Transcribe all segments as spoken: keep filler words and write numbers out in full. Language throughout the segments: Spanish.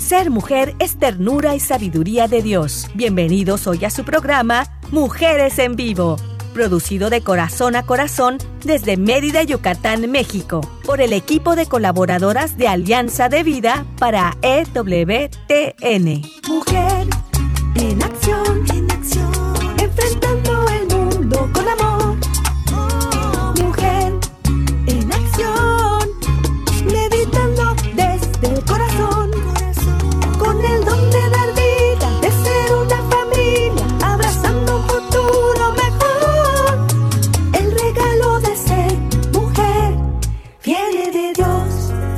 Ser mujer es ternura y sabiduría de Dios. Bienvenidos hoy a su programa Mujeres en Vivo, producido de corazón a corazón desde Mérida, Yucatán, México, por el equipo de colaboradoras de Alianza de Vida para E W T N. Mujer en acción, en acción, enfrentando el mundo con amor. Mujer en acción, meditando desde el corazón, con el don de dar vida, de ser una familia, abrazando un futuro mejor. El regalo de ser mujer viene de Dios.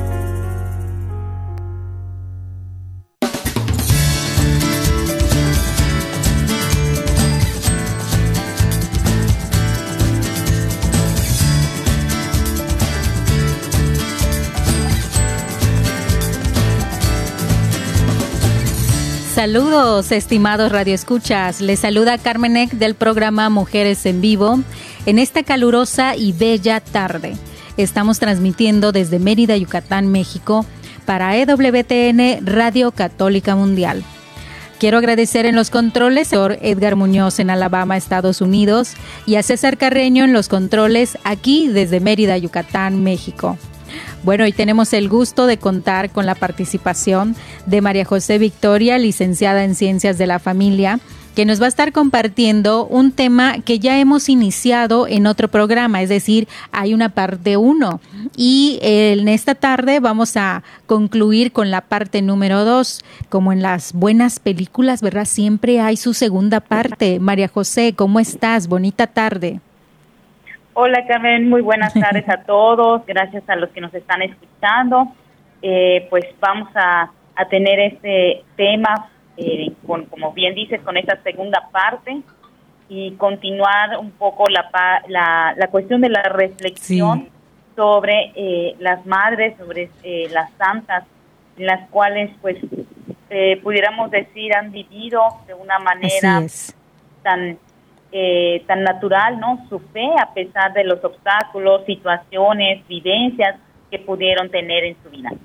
Saludos, estimados radioescuchas. Les saluda Carmen Eck del programa Mujeres en Vivo en esta calurosa y bella tarde. Estamos transmitiendo desde Mérida, Yucatán, México, para E W T N Radio Católica Mundial. Quiero agradecer en los controles a Edgar Muñoz en Alabama, Estados Unidos, y a César Carreño en los controles aquí desde Mérida, Yucatán, México. Bueno, hoy tenemos el gusto de contar con la participación de María José Victoria, licenciada en Ciencias de la Familia, que nos va a estar compartiendo un tema que ya hemos iniciado en otro programa, es decir, hay una parte uno. Y en esta tarde vamos a concluir con la parte número dos. Como en las buenas películas, ¿verdad? Siempre hay su segunda parte. María José, ¿cómo estás? Bonita tarde. Hola Carmen, muy buenas tardes a todos, gracias a los que nos están escuchando. Eh, pues vamos a, a tener este tema, eh, con, como bien dices, con esta segunda parte y continuar un poco la, la, la cuestión de la reflexión, sí, sobre eh, las madres, sobre eh, las santas, en las cuales pues eh, pudiéramos decir han vivido de una manera tan... Eh, tan natural, ¿no? Su fe a pesar de los obstáculos, situaciones, vivencias que pudieron tener en su vida.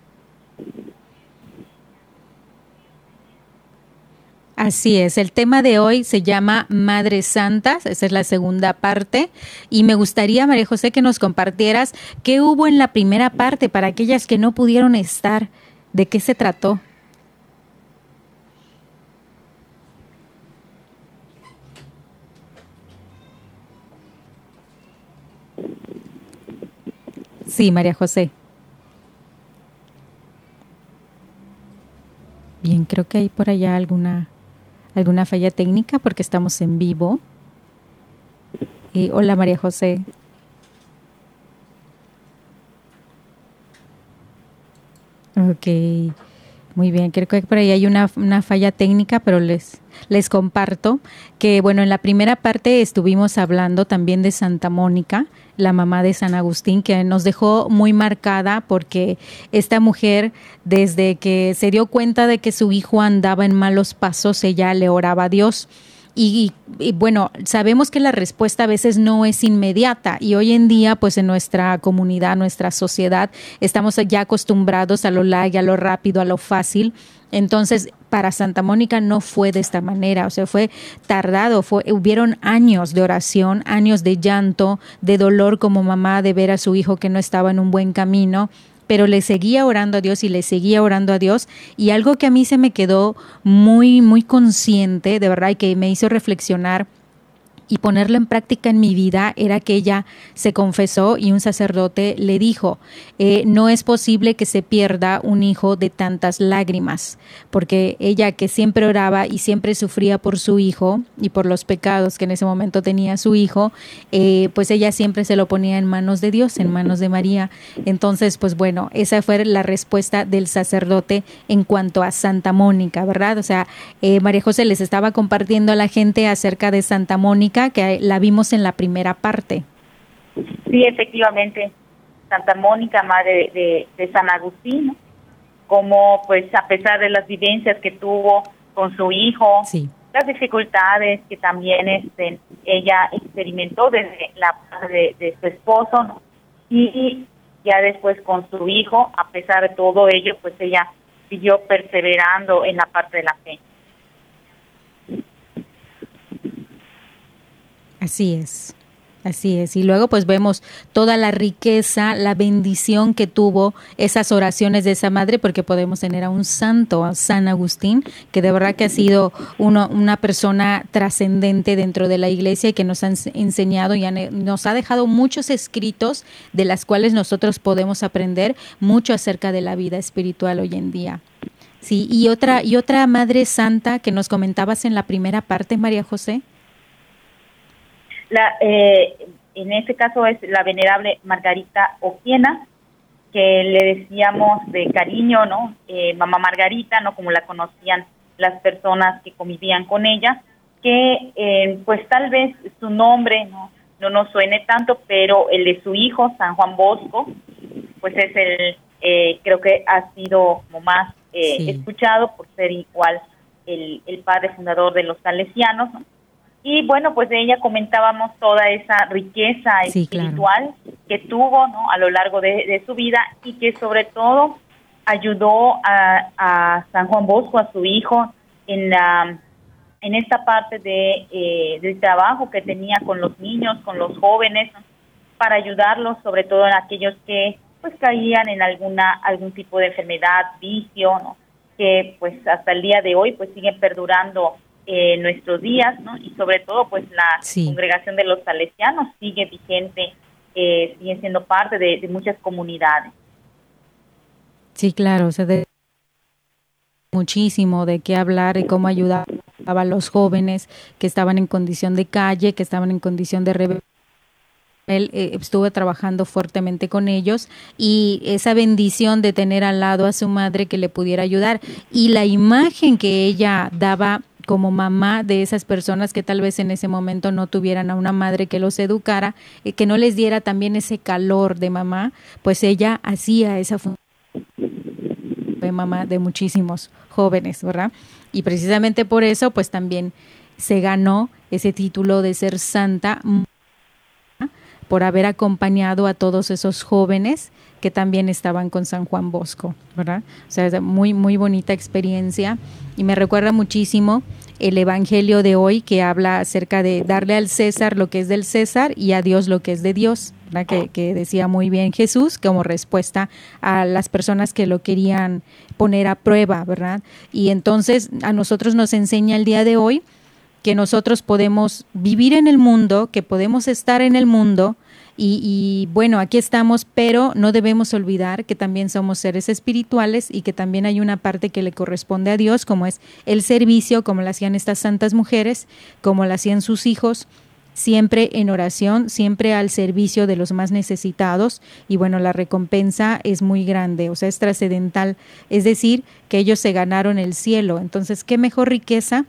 Así es, el tema de hoy se llama Madres Santas, esa es la segunda parte, y me gustaría, María José, que nos compartieras qué hubo en la primera parte para aquellas que no pudieron estar, de qué se trató. Sí, María José. Bien, creo que hay por allá alguna alguna falla técnica porque estamos en vivo. Eh, hola, María José. Ok, muy bien. Creo que por ahí hay una, una falla técnica, pero les les comparto que, bueno, en la primera parte estuvimos hablando también de Santa Mónica, la mamá de San Agustín, que nos dejó muy marcada porque esta mujer, desde que se dio cuenta de que su hijo andaba en malos pasos, ella le oraba a Dios. Y, y, y bueno, sabemos que la respuesta a veces no es inmediata y hoy en día, pues en nuestra comunidad, nuestra sociedad, estamos ya acostumbrados a lo light, a lo rápido, a lo fácil. Entonces, para Santa Mónica no fue de esta manera, o sea, fue tardado, fue, hubieron años de oración, años de llanto, de dolor como mamá de ver a su hijo que no estaba en un buen camino, pero le seguía orando a Dios y le seguía orando a Dios. Y algo que a mí se me quedó muy, muy consciente, de verdad, y que me hizo reflexionar y ponerlo en práctica en mi vida, era que ella se confesó y un sacerdote le dijo, eh, no es posible que se pierda un hijo de tantas lágrimas, porque ella, que siempre oraba y siempre sufría por su hijo y por los pecados que en ese momento tenía su hijo, eh, pues ella siempre se lo ponía en manos de Dios, en manos de María. Entonces, pues bueno, esa fue la respuesta del sacerdote en cuanto a Santa Mónica, ¿verdad? O sea, eh, María José les estaba compartiendo a la gente acerca de Santa Mónica, que la vimos en la primera parte. Sí, efectivamente, Santa Mónica, madre de, de San Agustín, como pues a pesar de las vivencias que tuvo con su hijo, sí, las dificultades que también este, ella experimentó desde la parte de, de su esposo, ¿no? Y ya después con su hijo, a pesar de todo ello, pues ella siguió perseverando en la parte de la fe. Así es. Así es, y luego pues vemos toda la riqueza, la bendición que tuvo esas oraciones de esa madre, porque podemos tener a un santo, a San Agustín, que de verdad que ha sido uno, una persona trascendente dentro de la iglesia y que nos ha enseñado y han, nos ha dejado muchos escritos de las cuales nosotros podemos aprender mucho acerca de la vida espiritual hoy en día. Sí, y otra, y otra madre santa que nos comentabas en la primera parte, María José. La, eh, en este caso es la venerable Margarita Oquiena, que le decíamos de cariño, ¿no? Eh, Mamá Margarita, ¿no? Como la conocían las personas que convivían con ella, que eh, pues tal vez su nombre no, no nos suene tanto, pero el de su hijo, San Juan Bosco, pues es el, eh, creo que ha sido como más eh, sí. escuchado por ser igual el, el padre fundador de los salesianos, ¿no? Y bueno, pues de ella comentábamos toda esa riqueza sí, espiritual claro. que tuvo, ¿no? A lo largo de, de su vida, y que sobre todo ayudó a, a San Juan Bosco, a su hijo, en la en esta parte de eh, del trabajo que tenía con los niños, con los jóvenes, ¿no? Para ayudarlos, sobre todo en aquellos que pues caían en alguna algún tipo de enfermedad, vicio, ¿no? Que pues hasta el día de hoy pues siguen perdurando en eh, nuestros días, ¿no? Y sobre todo pues la sí. congregación de los salesianos sigue vigente, eh, sigue siendo parte de, de muchas comunidades. Sí, claro, o sea, de muchísimo de qué hablar y cómo ayudaba a los jóvenes que estaban en condición de calle, que estaban en condición de rebelión. Él eh, estuvo trabajando fuertemente con ellos, y esa bendición de tener al lado a su madre que le pudiera ayudar, y la imagen que ella daba como mamá de esas personas que tal vez en ese momento no tuvieran a una madre que los educara, eh, que no les diera también ese calor de mamá, pues ella hacía esa función de mamá de muchísimos jóvenes, ¿verdad? Y precisamente por eso pues también se ganó ese título de ser santa, por haber acompañado a todos esos jóvenes que también estaban con San Juan Bosco, ¿verdad? O sea, es muy, muy bonita experiencia, y me recuerda muchísimo el evangelio de hoy, que habla acerca de darle al César lo que es del César y a Dios lo que es de Dios, ¿verdad? Que, que decía muy bien Jesús como respuesta a las personas que lo querían poner a prueba, ¿verdad? Y entonces a nosotros nos enseña el día de hoy que nosotros podemos vivir en el mundo, que podemos estar en el mundo, y, y bueno, aquí estamos, pero no debemos olvidar que también somos seres espirituales y que también hay una parte que le corresponde a Dios, como es el servicio, como lo hacían estas santas mujeres, como lo hacían sus hijos, siempre en oración, siempre al servicio de los más necesitados, y bueno, la recompensa es muy grande, o sea, es trascendental, es decir, que ellos se ganaron el cielo. Entonces, ¿qué mejor riqueza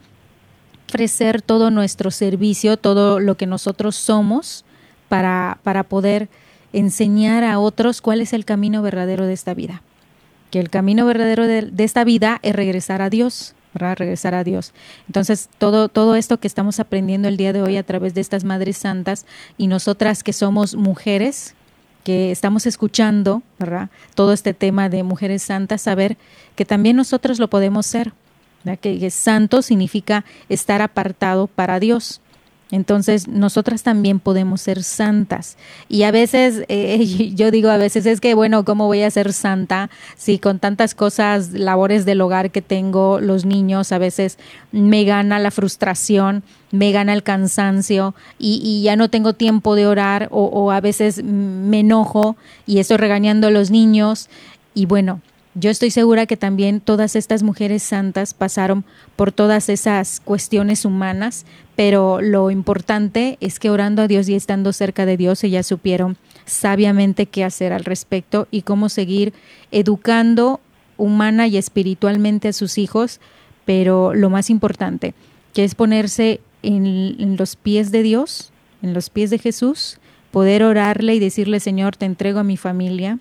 ofrecer todo nuestro servicio, todo lo que nosotros somos, para, para poder enseñar a otros cuál es el camino verdadero de esta vida? Que el camino verdadero de, de esta vida es regresar a Dios, ¿verdad? Regresar a Dios. Entonces, todo, todo esto que estamos aprendiendo el día de hoy a través de estas madres santas, y nosotras que somos mujeres, que estamos escuchando, ¿verdad? Todo este tema de mujeres santas, saber que también nosotros lo podemos ser. Que, que santo significa estar apartado para Dios. Entonces nosotras también podemos ser santas, y a veces eh, yo digo a veces es que bueno, ¿cómo voy a ser santa si con tantas cosas, labores del hogar que tengo, los niños, a veces me gana la frustración, me gana el cansancio, y, y ya no tengo tiempo de orar, o, o a veces me enojo y estoy regañando a los niños? Y bueno, yo estoy segura que también todas estas mujeres santas pasaron por todas esas cuestiones humanas, pero lo importante es que orando a Dios y estando cerca de Dios, ellas supieron sabiamente qué hacer al respecto y cómo seguir educando humana y espiritualmente a sus hijos, pero lo más importante, que es ponerse en, en los pies de Dios, en los pies de Jesús, poder orarle y decirle: Señor, te entrego a mi familia.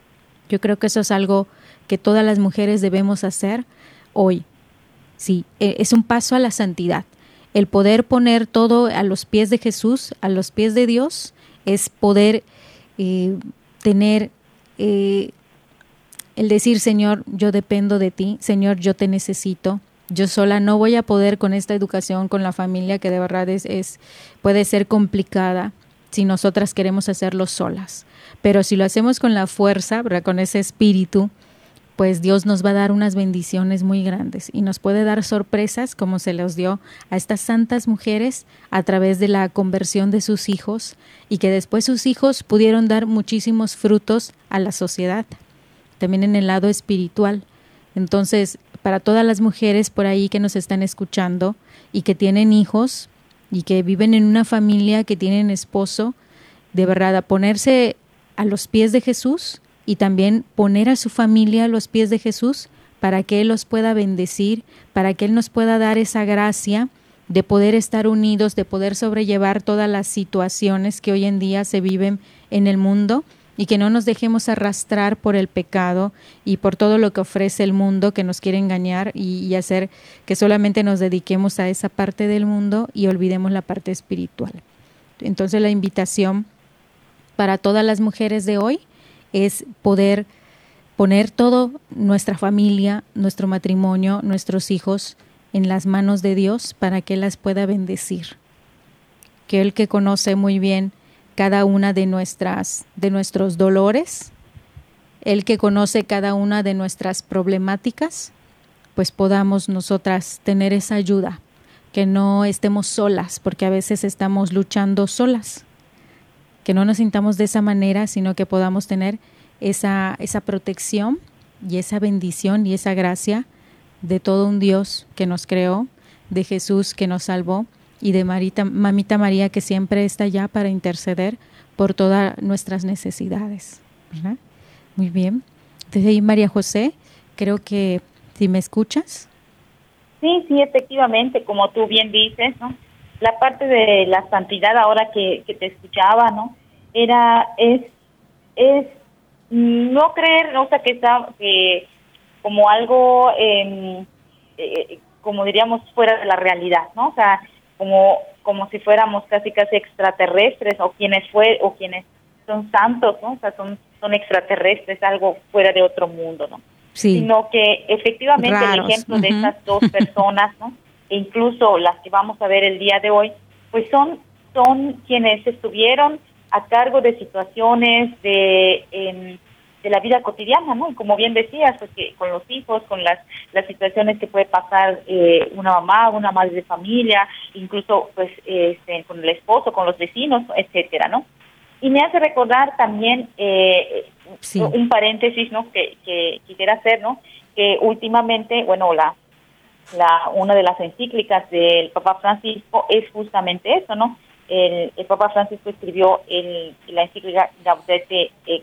Yo creo que eso es algo que todas las mujeres debemos hacer hoy. Sí, es un paso a la santidad. El poder poner todo a los pies de Jesús, a los pies de Dios, es poder eh, tener eh, el decir, Señor, yo dependo de ti, Señor, yo te necesito. Yo sola no voy a poder con esta educación, con la familia, que de verdad es, es puede ser complicada si nosotras queremos hacerlo solas. Pero si lo hacemos con la fuerza, ¿verdad?, con ese espíritu, pues Dios nos va a dar unas bendiciones muy grandes y nos puede dar sorpresas como se los dio a estas santas mujeres a través de la conversión de sus hijos, y que después sus hijos pudieron dar muchísimos frutos a la sociedad, también en el lado espiritual. Entonces, para todas las mujeres por ahí que nos están escuchando y que tienen hijos y que viven en una familia, que tienen esposo, de verdad, a ponerse a los pies de Jesús y también poner a su familia a los pies de Jesús para que Él los pueda bendecir, para que Él nos pueda dar esa gracia de poder estar unidos, de poder sobrellevar todas las situaciones que hoy en día se viven en el mundo, y que no nos dejemos arrastrar por el pecado y por todo lo que ofrece el mundo, que nos quiere engañar y, y hacer que solamente nos dediquemos a esa parte del mundo y olvidemos la parte espiritual. Entonces la invitación para todas las mujeres de hoy es poder poner todo, nuestra familia, nuestro matrimonio, nuestros hijos, en las manos de Dios para que Él las pueda bendecir. Que Él, que conoce muy bien cada una de nuestras, de nuestros dolores, Él que conoce cada una de nuestras problemáticas, pues podamos nosotras tener esa ayuda, que no estemos solas, porque a veces estamos luchando solas, que no nos sintamos de esa manera, sino que podamos tener esa, esa protección y esa bendición y esa gracia de todo un Dios que nos creó, de Jesús que nos salvó, y de Marita, Mamita María, que siempre está allá para interceder por todas nuestras necesidades, ¿verdad? Muy bien. Entonces ahí, María José, creo que si me escuchas. Sí, sí, efectivamente, como tú bien dices, ¿no? La parte de la santidad, ahora que, que te escuchaba, ¿no? Era, es, es no creer, ¿no? O sea, que está que como algo, eh, eh, como diríamos, fuera de la realidad, ¿no? O sea, como como si fuéramos casi casi extraterrestres, o quienes fue o quienes son santos, ¿no? O sea, son son extraterrestres, algo fuera de otro mundo, ¿no? Sí. Sino que efectivamente Raros. El ejemplo uh-huh. de estas dos personas, ¿no? E incluso las que vamos a ver el día de hoy, pues son son quienes estuvieron a cargo de situaciones de eh, de la vida cotidiana, ¿no? Y como bien decías, pues que con los hijos, con las las situaciones que puede pasar eh, una mamá, una madre de familia, incluso pues este, con el esposo, con los vecinos, etcétera, ¿no? Y me hace recordar también eh, sí. un paréntesis, ¿no? Que, que quisiera hacer, ¿no? Que últimamente, bueno, la la una de las encíclicas del Papa Francisco es justamente eso, ¿no? El, el Papa Francisco escribió el, la encíclica Gaudete et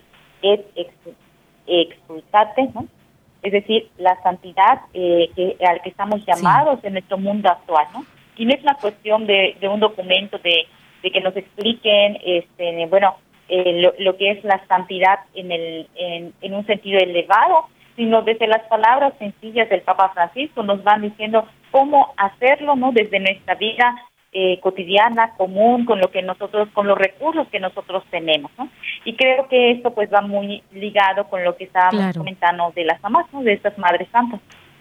Exsultate, ¿no? Es decir, la santidad eh, que, al que estamos llamados sí. en nuestro mundo actual, ¿no? Y no es una cuestión de, de un documento de, de que nos expliquen, este, bueno, eh, lo, lo que es la santidad en el en, en un sentido elevado, sino desde las palabras sencillas del Papa Francisco nos van diciendo cómo hacerlo, ¿no? Desde nuestra vida Eh, cotidiana, común, con lo que nosotros, con los recursos que nosotros tenemos, ¿no? Y creo que esto pues va muy ligado con lo que estábamos claro. comentando de las mamás, ¿no? De estas madres santas.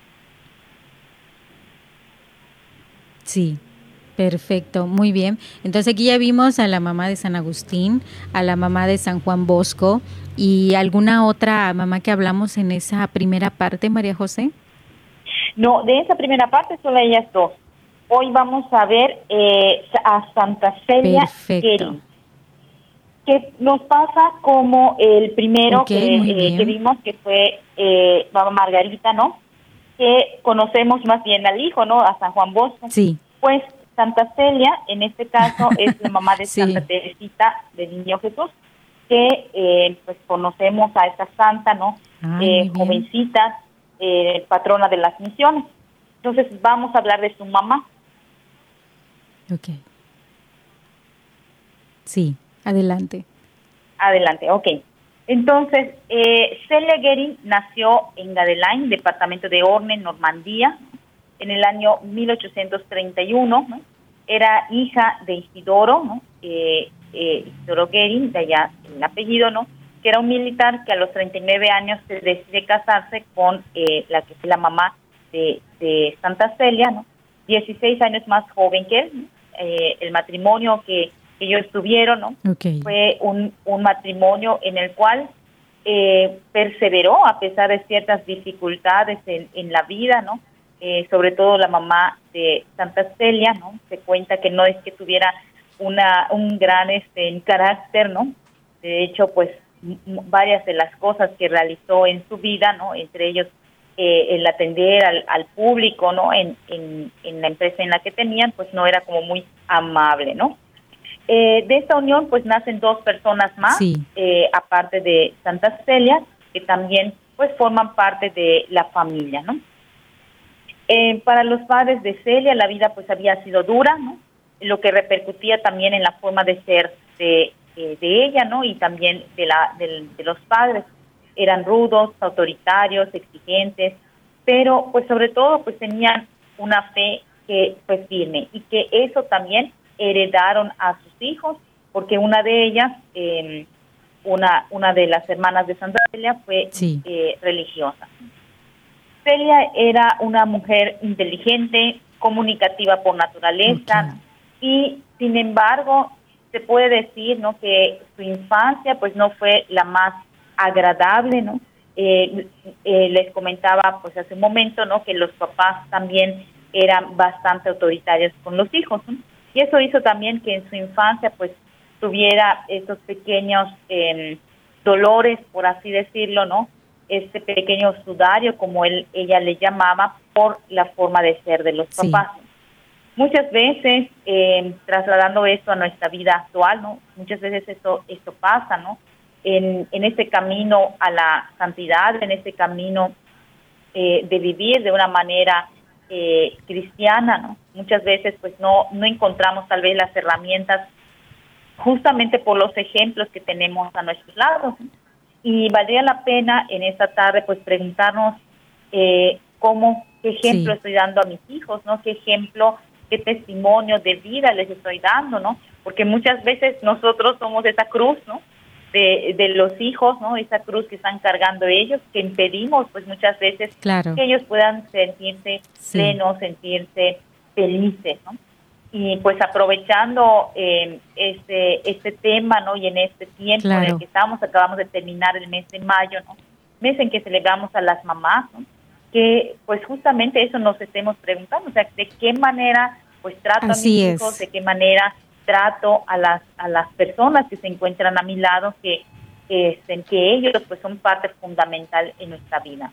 Sí, perfecto, muy bien. Entonces aquí ya vimos a la mamá de San Agustín, a la mamá de San Juan Bosco, y alguna otra mamá que hablamos en esa primera parte, María José. No, de esa primera parte solo ellas dos. Hoy vamos a ver eh, a Santa Celia Guerin, que nos pasa como el primero okay, que, eh, que vimos, que fue eh, Mamá Margarita, ¿no? Que conocemos más bien al hijo, ¿no? A San Juan Bosco. Sí. Pues Santa Celia, en este caso, es la mamá de sí. Santa Teresita del Niño Jesús, que eh, pues conocemos a esta santa, ¿no? Ah, eh, jovencita, eh, patrona de las misiones. Entonces vamos a hablar de su mamá. Ok. Sí, adelante. Adelante, ok. Entonces, eh, Celia Guerin nació en Gadelain, departamento de Orne, Normandía, en el año mil ochocientos treinta y uno, ¿no? Era hija de Isidoro, ¿no? Eh, eh, Isidoro Guerin, de allá el apellido, ¿no? que era un militar que a los treinta y nueve años se decide casarse con eh, la que es la mamá de, de Santa Celia, ¿no? dieciséis años más joven que él, ¿no? eh, el matrimonio que, que ellos tuvieron, ¿no? Okay. Fue un, un matrimonio en el cual eh, perseveró a pesar de ciertas dificultades en, en la vida, ¿no? Eh, sobre todo la mamá de Santa Celia, ¿no? Se cuenta que no es que tuviera una un gran este carácter, ¿no? De hecho, pues m- varias de las cosas que realizó en su vida, ¿no? Entre ellos eh, el atender al, al público, ¿no? En, en, en la empresa en la que tenían, pues no era como muy amable, ¿no? Eh, de esta unión, pues nacen dos personas más, sí. eh, aparte de Santa Celia, que también, pues forman parte de la familia, ¿no? Eh, para los padres de Celia, la vida, pues había sido dura, ¿no? Lo que repercutía también en la forma de ser de, eh, de ella, ¿no? Y también de la de, de los padres. Eran rudos, autoritarios, exigentes, pero pues sobre todo pues tenían una fe que pues firme, y que eso también heredaron a sus hijos, porque una de ellas, eh, una una de las hermanas de Santa Celia fue sí. eh, religiosa. Celia era una mujer inteligente, comunicativa por naturaleza, okay. y sin embargo se puede decir, ¿no?, que su infancia pues no fue la más agradable, ¿no? Eh, eh, les comentaba pues hace un momento, ¿no?, que los papás también eran bastante autoritarios con los hijos, ¿no? Y eso hizo también que en su infancia pues tuviera esos pequeños eh, dolores, por así decirlo, ¿no? Este pequeño sudario, como él ella le llamaba, por la forma de ser de los sí. papás. Muchas veces, eh, trasladando esto a nuestra vida actual, ¿no? Muchas veces esto esto pasa, ¿no? En, en este camino a la santidad, en este camino eh, de vivir de una manera eh, cristiana, ¿no? Muchas veces, pues, no no encontramos tal vez las herramientas justamente por los ejemplos que tenemos a nuestros lados, ¿no? Y valdría la pena en esta tarde pues preguntarnos eh, cómo, qué ejemplo sí. estoy dando a mis hijos, ¿no? Qué ejemplo, qué testimonio de vida les estoy dando, ¿no? Porque muchas veces nosotros somos esa cruz, ¿no? De, de los hijos, ¿no? Esa cruz que están cargando ellos, que impedimos pues muchas veces claro. que ellos puedan sentirse sí. plenos, sentirse felices, ¿no? Y pues aprovechando eh, este este tema, ¿no? Y en este tiempo claro. en el que estamos, acabamos de terminar el mes de mayo, ¿no? Mes en que celebramos a las mamás, ¿no? Que pues justamente eso nos estemos preguntando, o sea, de qué manera pues trato Así a mis es. hijos, de qué manera trato a las a las personas que se encuentran a mi lado, que eh, que ellos pues son parte fundamental en nuestra vida.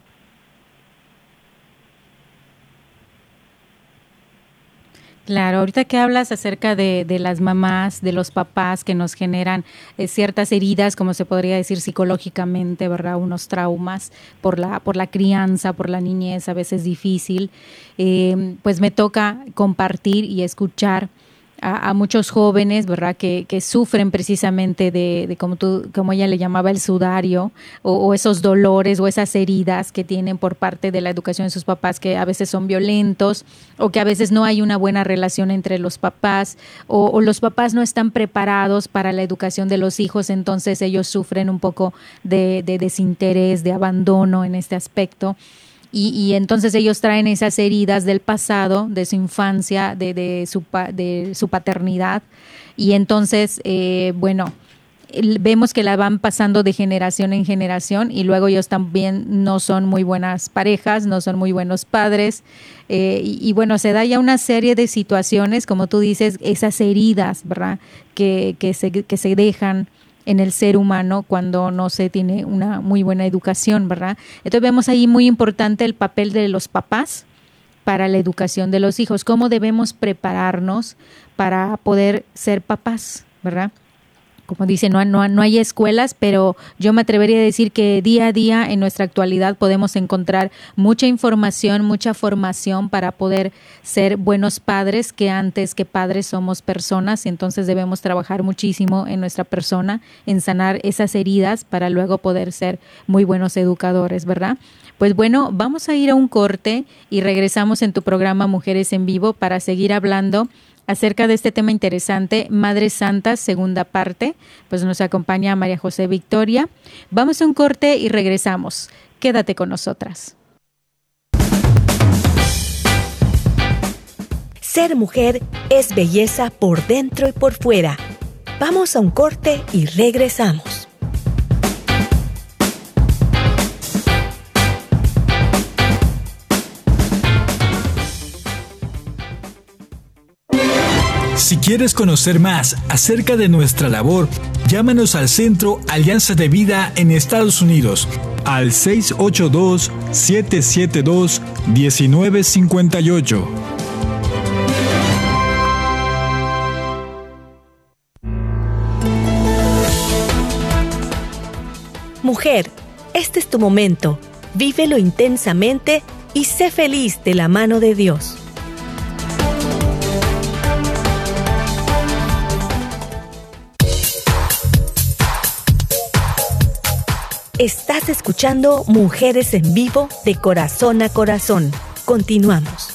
Claro, ahorita que hablas acerca de, de las mamás, de los papás que nos generan eh, ciertas heridas, como se podría decir psicológicamente, ¿verdad? Unos traumas por la por la crianza, por la niñez, a veces difícil, eh, pues me toca compartir y escuchar a, a muchos jóvenes, ¿verdad? Que, que sufren precisamente de, de como tú, como ella le llamaba, el sudario, o, o esos dolores o esas heridas que tienen por parte de la educación de sus papás, que a veces son violentos, o que a veces no hay una buena relación entre los papás, o, o los papás no están preparados para la educación de los hijos, entonces ellos sufren un poco de, de desinterés, de abandono en este aspecto. Y, y entonces ellos traen esas heridas del pasado, de su infancia, de, de, su, de su paternidad. Y entonces, eh, bueno, vemos que la van pasando de generación en generación, y luego ellos también no son muy buenas parejas, no son muy buenos padres. Eh, y, y bueno, se da ya una serie de situaciones, como tú dices, esas heridas, ¿verdad? Que, que, se, que se dejan en el ser humano cuando no se tiene una muy buena educación, ¿verdad? Entonces vemos ahí muy importante el papel de los papás para la educación de los hijos, cómo debemos prepararnos para poder ser papás, ¿verdad? Como dice, no, no, no hay escuelas, pero yo me atrevería a decir que día a día en nuestra actualidad podemos encontrar mucha información, mucha formación para poder ser buenos padres, que antes que padres somos personas, y entonces debemos trabajar muchísimo en nuestra persona, en sanar esas heridas para luego poder ser muy buenos educadores, ¿verdad? Pues bueno, vamos a ir a un corte y regresamos en tu programa Mujeres en Vivo para seguir hablando acerca de este tema interesante, Madres Santas, segunda parte. Pues nos acompaña María José Victoria. Vamos a un corte y regresamos. Quédate con nosotras. Ser mujer es belleza por dentro y por fuera. Vamos a un corte y regresamos. Si quieres conocer más acerca de nuestra labor, llámanos al Centro Alianza de Vida en Estados Unidos al seis ocho dos, siete siete dos, uno nueve cinco ocho. Mujer, este es tu momento. Vívelo intensamente y sé feliz de la mano de Dios. Estás escuchando Mujeres en Vivo de Corazón a Corazón. Continuamos.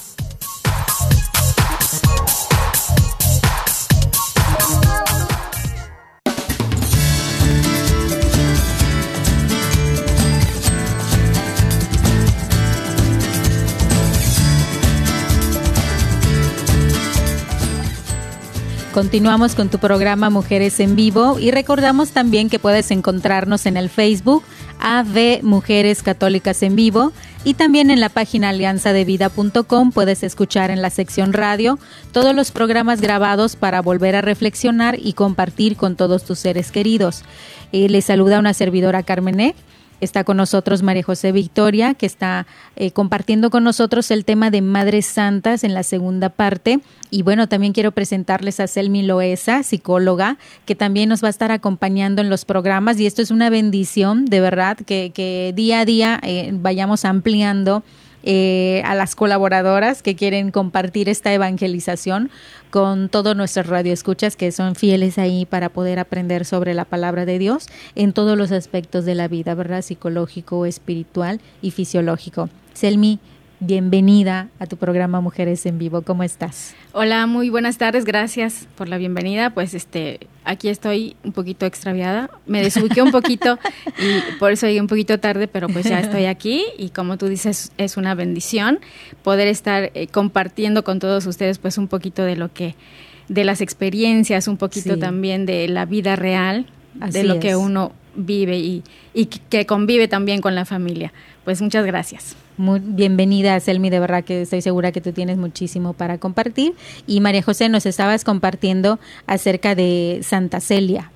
Continuamos con tu programa Mujeres en Vivo y recordamos también que puedes encontrarnos en el Facebook A V Mujeres Católicas en Vivo y también en la página alianza de vida punto com puedes escuchar en la sección radio todos los programas grabados para volver a reflexionar y compartir con todos tus seres queridos. Eh, les saluda una servidora Carmené. Está con nosotros María José Victoria, que está eh, compartiendo con nosotros el tema de Madres Santas en la segunda parte. Y bueno, también quiero presentarles a Selmi Loesa, psicóloga, que también nos va a estar acompañando en los programas. Y esto es una bendición, de verdad, que, que día a día eh, vayamos ampliando eh, a las colaboradoras que quieren compartir esta evangelización con todos nuestros radioescuchas que son fieles ahí para poder aprender sobre la palabra de Dios en todos los aspectos de la vida, ¿verdad? Psicológico, espiritual y fisiológico. Selmi, bienvenida a tu programa Mujeres en Vivo. ¿Cómo estás? Hola, muy buenas tardes. Gracias por la bienvenida. Pues este, aquí estoy un poquito extraviada. Me desubiqué un poquito y por eso llegué un poquito tarde, pero pues ya estoy aquí y como tú dices, es una bendición poder estar eh, compartiendo con todos ustedes pues un poquito de lo que, de las experiencias, un poquito sí. también de la vida real, Así de lo es. que uno vive y, y que convive también con la familia. Pues muchas gracias. Muy bienvenida, Selmi, de verdad que estoy segura que tú tienes muchísimo para compartir. Y María José, nos estabas compartiendo acerca de Santa Celia.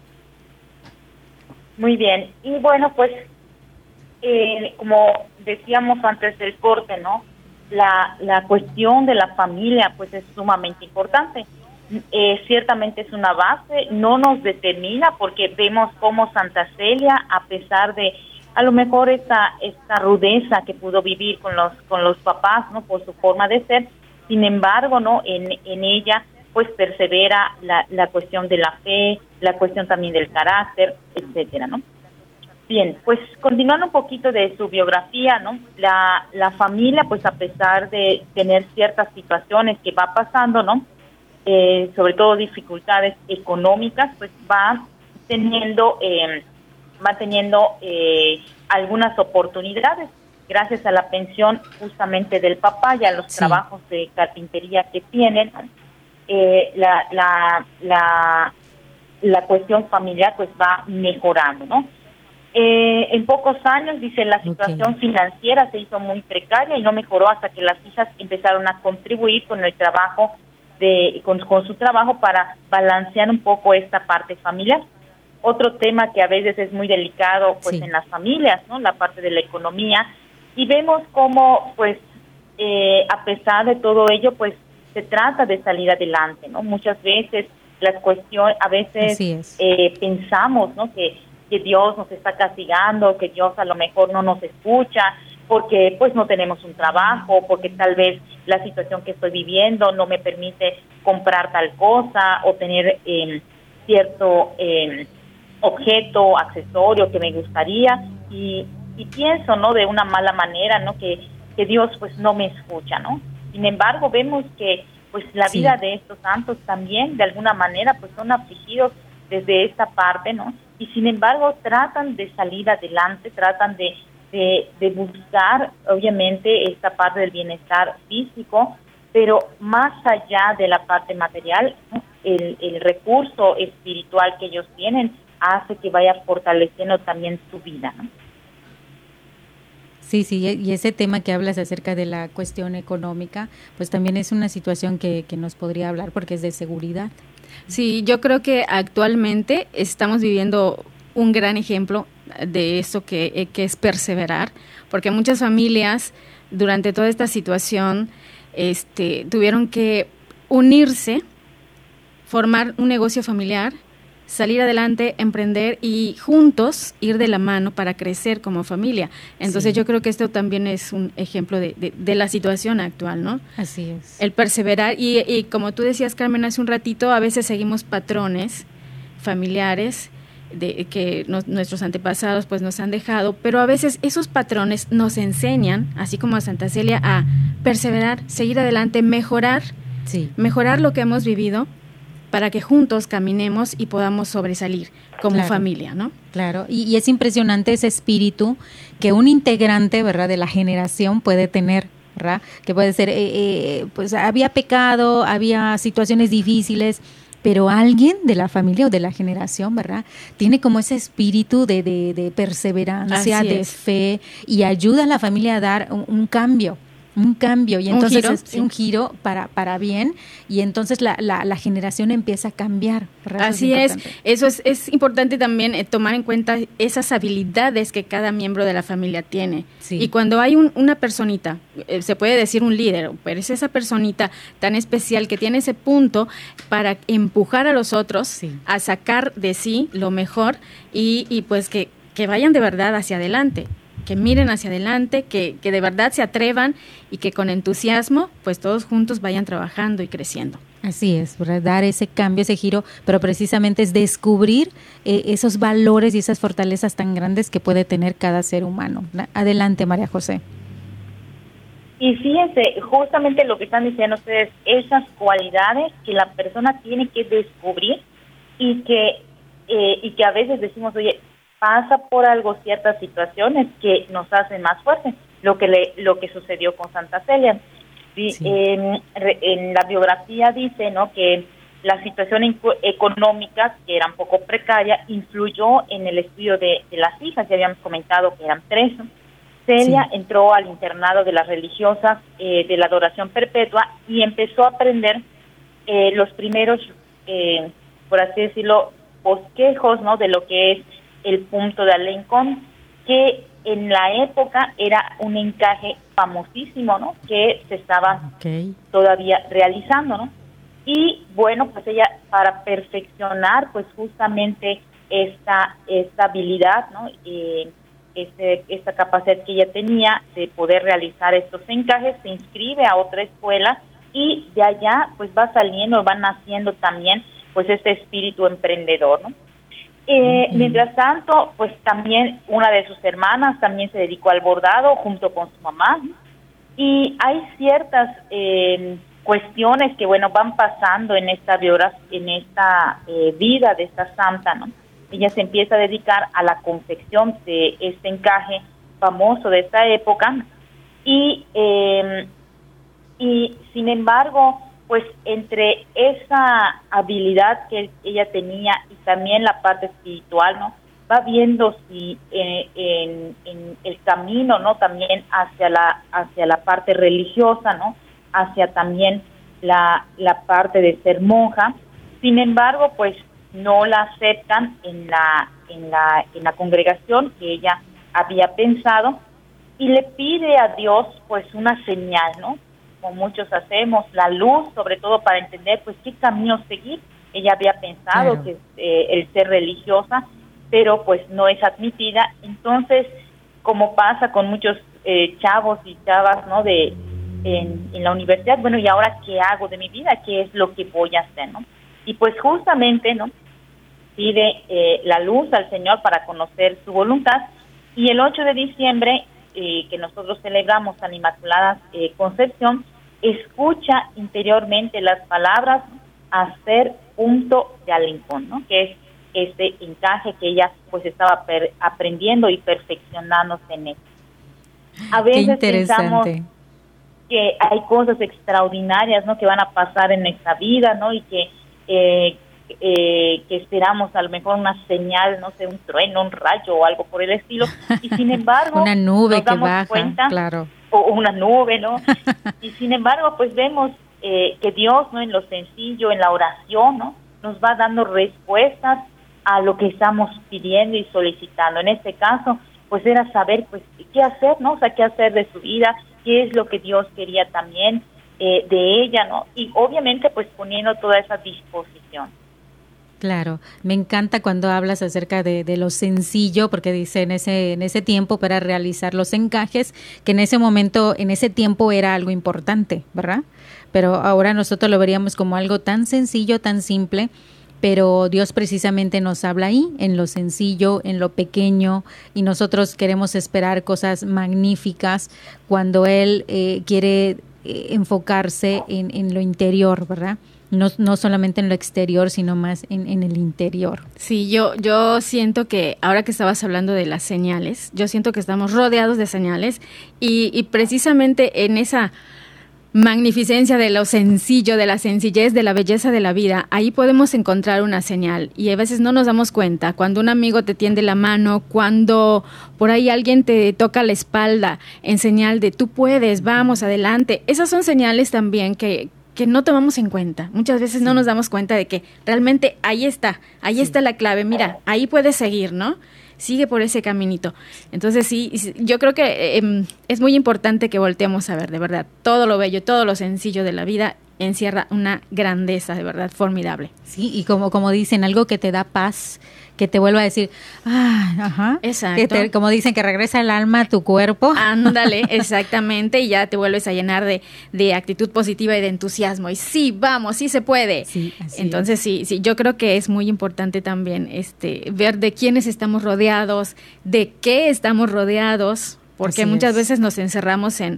Muy bien, y bueno, pues eh, como decíamos antes del corte, ¿no? La, la cuestión de la familia pues es sumamente importante. Eh, ciertamente es una base, no nos determina porque vemos cómo Santa Celia, a pesar de a lo mejor esta esta rudeza que pudo vivir con los con los papás, no, por su forma de ser, sin embargo, no, en en ella pues persevera la la cuestión de la fe, la cuestión también del carácter, etcétera, ¿no? Bien, pues continuando un poquito de su biografía, ¿no? La la familia, pues a pesar de tener ciertas situaciones que va pasando, ¿no? Eh, sobre todo dificultades económicas, pues va teniendo eh, va teniendo eh, algunas oportunidades gracias a la pensión justamente del papá y a los sí. trabajos de carpintería que tienen. Eh, la, la, la, la cuestión familiar pues va mejorando, ¿no? Eh, en pocos años, dice, la situación okay. financiera se hizo muy precaria y no mejoró hasta que las hijas empezaron a contribuir con el trabajo de con, con su trabajo para balancear un poco esta parte familiar. Otro tema que a veces es muy delicado pues sí. en las familias, ¿no? La parte de la economía, y vemos cómo pues eh, a pesar de todo ello pues se trata de salir adelante, ¿no? Muchas veces las cuestiones, a veces eh, pensamos, ¿no? que, que Dios nos está castigando, que Dios a lo mejor no nos escucha porque pues no tenemos un trabajo, porque tal vez la situación que estoy viviendo no me permite comprar tal cosa o tener eh, cierto eh, objeto, accesorio que me gustaría, y, y pienso, ¿no? de una mala manera, ¿no? que, que Dios pues no me escucha, ¿no? Sin embargo, vemos que pues la Sí. vida de estos santos también, de alguna manera, pues son afligidos desde esta parte, ¿no? Y sin embargo tratan de salir adelante, tratan de, de, de buscar, obviamente, esta parte del bienestar físico, pero más allá de la parte material, ¿no? el, el recurso espiritual que ellos tienen hace que vaya fortaleciendo también su vida, ¿no? Sí, sí, y ese tema que hablas acerca de la cuestión económica, pues también es una situación que, que nos podría hablar porque es de seguridad. Sí, yo creo que actualmente estamos viviendo un gran ejemplo de eso que, que es perseverar, porque muchas familias durante toda esta situación este, tuvieron que unirse, formar un negocio familiar, salir adelante, emprender y juntos ir de la mano para crecer como familia. Entonces Sí. yo creo que esto también es un ejemplo de, de, de la situación actual, ¿no? Así es. El perseverar y, y como tú decías, Carmen, hace un ratito, a veces seguimos patrones familiares de que nos, nuestros antepasados pues nos han dejado, pero a veces esos patrones nos enseñan, así como a Santa Celia, a perseverar, seguir adelante, mejorar, Sí. mejorar lo que hemos vivido para que juntos caminemos y podamos sobresalir como Claro. familia, ¿no? Claro, y, y es impresionante ese espíritu que un integrante, ¿verdad?, de la generación puede tener, ¿verdad? Que puede ser, eh, eh, pues había pecado, había situaciones difíciles, pero alguien de la familia o de la generación, ¿verdad?, tiene como ese espíritu de, de, de perseverancia, Así de es. fe, y ayuda a la familia a dar un, un cambio. Un cambio, y Un entonces giro, es sí. un giro para, para bien, y entonces la, la, la generación empieza a cambiar, ¿verdad? Eso Así es, importante. eso es, es importante también eh, tomar en cuenta esas habilidades que cada miembro de la familia tiene. Sí. Y cuando hay un, una personita, eh, se puede decir un líder, pero es esa personita tan especial que tiene ese punto para empujar a los otros Sí. a sacar de sí lo mejor y, y pues que, que vayan de verdad hacia adelante, que miren hacia adelante, que, que de verdad se atrevan y que con entusiasmo pues todos juntos vayan trabajando y creciendo. Así es, ¿verdad? Dar ese cambio, ese giro, pero precisamente es descubrir eh, esos valores y esas fortalezas tan grandes que puede tener cada ser humano. Adelante, María José. Y fíjense, justamente lo que están diciendo ustedes, esas cualidades que la persona tiene que descubrir y que eh, y que a veces decimos, oye, pasa por algo ciertas situaciones que nos hacen más fuertes, lo que le, lo que sucedió con Santa Celia. Sí, Sí. En, en la biografía dice, ¿no?, que la situación inco- económica, que era un poco precaria, influyó en el estudio de, de las hijas, ya habíamos comentado que eran tres, ¿no? Celia Sí. entró al internado de las religiosas eh, de la adoración perpetua y empezó a aprender eh, los primeros, eh, por así decirlo, bosquejos, ¿no?, de lo que es el punto de Alencón, que en la época era un encaje famosísimo, ¿no?, que se estaba Okay. todavía realizando, ¿no? Y bueno, pues ella, para perfeccionar pues justamente esta, esta habilidad, ¿no?, eh, este, esta capacidad que ella tenía de poder realizar estos encajes, se inscribe a otra escuela y de allá pues va saliendo, va naciendo también pues este espíritu emprendedor, ¿no? Eh, Ujú. Mientras tanto, pues también una de sus hermanas también se dedicó al bordado junto con su mamá, ¿no? Y hay ciertas eh, cuestiones que, bueno, van pasando en esta biografía, en esta eh, vida de esta santa, ¿no? Ella se empieza a dedicar a la confección de este encaje famoso de esta época y, eh, y sin embargo, pues entre esa habilidad que ella tenía y también la parte espiritual, ¿no?, va viendo si eh, en, en el camino, ¿no?, también hacia la hacia la parte religiosa, ¿no?, hacia también la, la parte de ser monja. Sin embargo, pues no la aceptan en la en la en la congregación que ella había pensado y le pide a Dios pues una señal, ¿no?, como muchos hacemos, la luz, sobre todo para entender pues qué camino seguir. Ella había pensado Claro. que eh, el ser religiosa, pero pues no es admitida. Entonces, como pasa con muchos eh, chavos y chavas, ¿no?, de en, en la universidad, bueno, ¿y ahora qué hago de mi vida? ¿Qué es lo que voy a hacer, no? Y pues justamente, ¿no?, pide eh, la luz al Señor para conocer su voluntad, y el ocho de diciembre, eh, que nosotros celebramos a la Inmaculada eh, Concepción, escucha interiormente las palabras, hacer punto de Alenquón, ¿no? Que es este encaje que ella pues estaba per- aprendiendo y perfeccionándose en él. A veces pensamos que hay cosas extraordinarias, ¿no? Que van a pasar en nuestra vida, ¿no? Y que eh, eh, que esperamos a lo mejor una señal, no sé, un trueno, un rayo o algo por el estilo, y sin embargo una nube nos que damos baja, cuenta, claro, o una nube, ¿no? Y sin embargo pues vemos eh, que Dios, ¿no? En lo sencillo, en la oración, ¿no? Nos va dando respuestas a lo que estamos pidiendo y solicitando. En este caso pues era saber pues qué hacer, ¿no? O sea, qué hacer de su vida, qué es lo que Dios quería también eh, de ella, ¿no? Y obviamente pues poniendo toda esa disposición. Claro, me encanta cuando hablas acerca de, de lo sencillo, porque dice en ese en ese tiempo para realizar los encajes, que en ese momento, en ese tiempo era algo importante, ¿verdad? Pero ahora nosotros lo veríamos como algo tan sencillo, tan simple, pero Dios precisamente nos habla ahí, en lo sencillo, en lo pequeño, y nosotros queremos esperar cosas magníficas cuando Él eh, quiere eh, enfocarse en, en lo interior, ¿verdad? No, no solamente en lo exterior, sino más en, en el interior. Sí, yo, yo siento que ahora que estabas hablando de las señales, yo siento que estamos rodeados de señales y, y precisamente en esa magnificencia de lo sencillo, de la sencillez, de la belleza de la vida, ahí podemos encontrar una señal y a veces no nos damos cuenta. Cuando un amigo te tiende la mano, cuando por ahí alguien te toca la espalda en señal de tú puedes, vamos, adelante. Esas son señales también que que no tomamos en cuenta. Muchas veces sí. No nos damos cuenta de que realmente ahí está, ahí sí. Está la clave, mira, ahí puedes seguir, ¿no? Sigue por ese caminito. Entonces sí, yo creo que eh, es muy importante que volteemos a ver, de verdad, todo lo bello, todo lo sencillo de la vida encierra una grandeza, de verdad, formidable. Sí, y como, como dicen, algo que te da paz, que te vuelva a decir, ah, ajá. Exacto. Que te, como dicen, que regresa el alma a tu cuerpo. Ándale, exactamente, y ya te vuelves a llenar de, de actitud positiva y de entusiasmo. Y sí, vamos, sí se puede. Sí, así Entonces, es. sí, sí, yo creo que es muy importante también este ver de quiénes estamos rodeados, de qué estamos rodeados, porque Así muchas es. veces nos encerramos en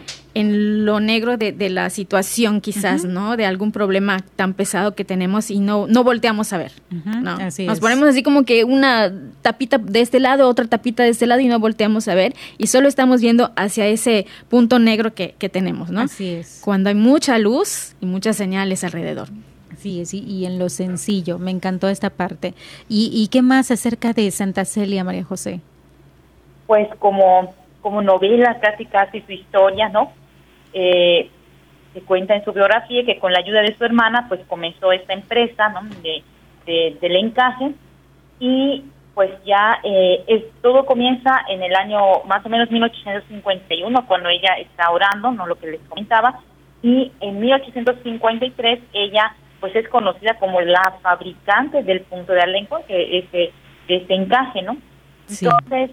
en lo negro de, de la situación quizás, uh-huh. ¿no? De algún problema tan pesado que tenemos y no no volteamos a ver, uh-huh. ¿no? Así Nos es. ponemos así como que una tapita de este lado, otra tapita de este lado y no volteamos a ver y solo estamos viendo hacia ese punto negro que, que tenemos, ¿no? Así es. Cuando hay mucha luz y muchas señales alrededor. Así es, y, y en lo sencillo, me encantó esta parte. ¿Y, y qué más acerca de Santa Celia, María José? Pues como, como novela, casi casi su historia, ¿no? Eh, se cuenta en su biografía que con la ayuda de su hermana pues comenzó esta empresa, ¿no? de, de, del encaje y pues ya eh, es, todo comienza en el año más o menos mil ochocientos cincuenta y uno cuando ella está orando, no lo que les comentaba, y en mil ochocientos cincuenta y tres ella pues es conocida como la fabricante del punto de Alenquón, que es de, de este encaje, ¿no? Sí. Entonces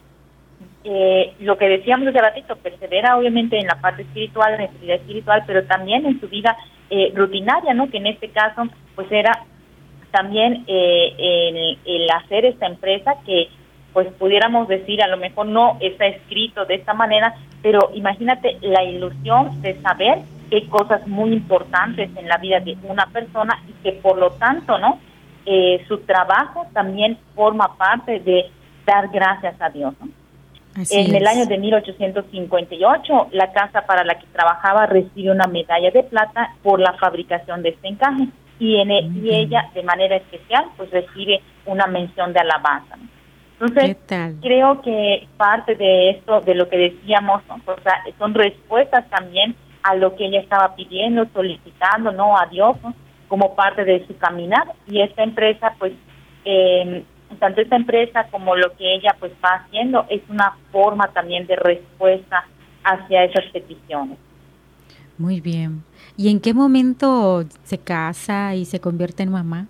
Eh, lo que decíamos hace ratito, persevera obviamente en la parte espiritual, en su vida espiritual, pero también en su vida eh, rutinaria, ¿no? Que en este caso, pues era también eh, el, el hacer esta empresa que, pues pudiéramos decir, a lo mejor no está escrito de esta manera, pero imagínate la ilusión de saber que hay cosas muy importantes en la vida de una persona y que por lo tanto, ¿no? Eh, su trabajo también forma parte de dar gracias a Dios, ¿no? Así en es. el año de mil ochocientos cincuenta y ocho, la casa para la que trabajaba recibe una medalla de plata por la fabricación de este encaje y, en el, y ella, de manera especial, pues recibe una mención de alabanza, ¿no? Entonces, ¿qué tal? Creo que parte de esto, de lo que decíamos, ¿no? O sea, son respuestas también a lo que ella estaba pidiendo, solicitando, ¿no? A Dios, ¿no? Como parte de su caminar, y esta empresa, pues, eh, tanto esta empresa como lo que ella pues va haciendo es una forma también de respuesta hacia esas peticiones. Muy bien. ¿Y en qué momento se casa y se convierte en mamá?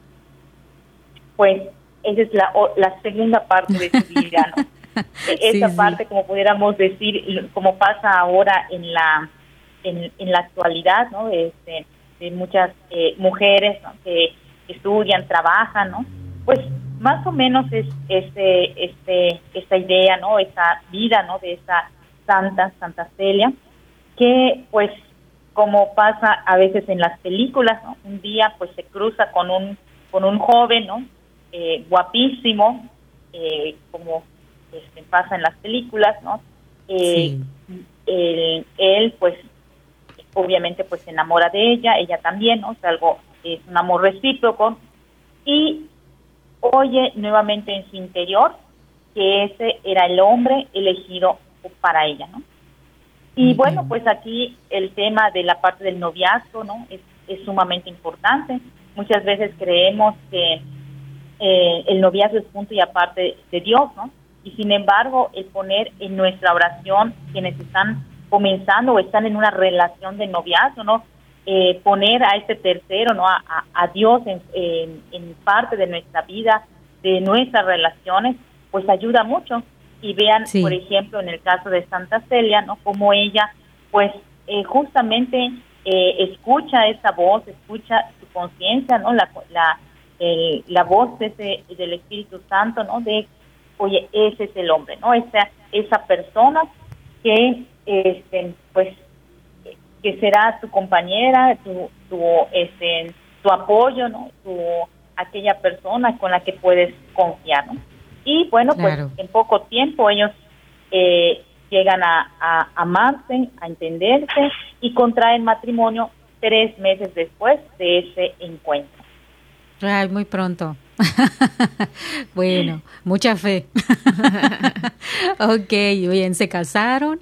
Pues esa es la, la segunda parte de su vida, ¿no? Esa sí, parte, sí. como pudiéramos decir, como pasa ahora en la en, en la actualidad, ¿no? Este, de muchas eh, mujeres, ¿no? que estudian, trabajan, ¿no? Pues más o menos es este este esta idea, ¿no? Esa vida, ¿no? De esa santa, Santa Celia, que pues como pasa a veces en las películas, ¿no? Un día pues se cruza con un con un joven, ¿no? Eh, guapísimo, eh, como este, pasa en las películas, ¿no? Eh, sí. él, él pues obviamente pues se enamora de ella, ella también, ¿no? O sea, algo, es un amor recíproco, y oye nuevamente en su interior que ese era el hombre elegido para ella, ¿no? Y uh-huh. bueno, pues aquí el tema de la parte del noviazgo, ¿no? Es, es sumamente importante. Muchas veces creemos que eh, el noviazgo es punto y aparte de Dios, ¿no? Y sin embargo, el poner en nuestra oración quienes están comenzando o están en una relación de noviazgo, ¿no? Eh, poner a este tercero, ¿no? A, a, a Dios en, en, en parte de nuestra vida, de nuestras relaciones, pues ayuda mucho. Y vean, sí. por ejemplo, en el caso de Santa Celia, ¿no? Como ella, pues, eh, justamente eh, escucha esa voz, escucha su conciencia, ¿no? La la, el, la voz de ese, del Espíritu Santo, ¿no? De, oye, ese es el hombre, ¿no? Esa, esa persona que, este, pues, que será tu compañera, tu, tu, este, tu apoyo, ¿no? Tu, aquella persona con la que puedes confiar, ¿no? Y bueno, claro. pues en poco tiempo ellos eh, llegan a, a amarse, a entenderse y contraen matrimonio tres meses después de ese encuentro. Ay, muy pronto. Bueno, mucha fe. Ok, bien, se casaron.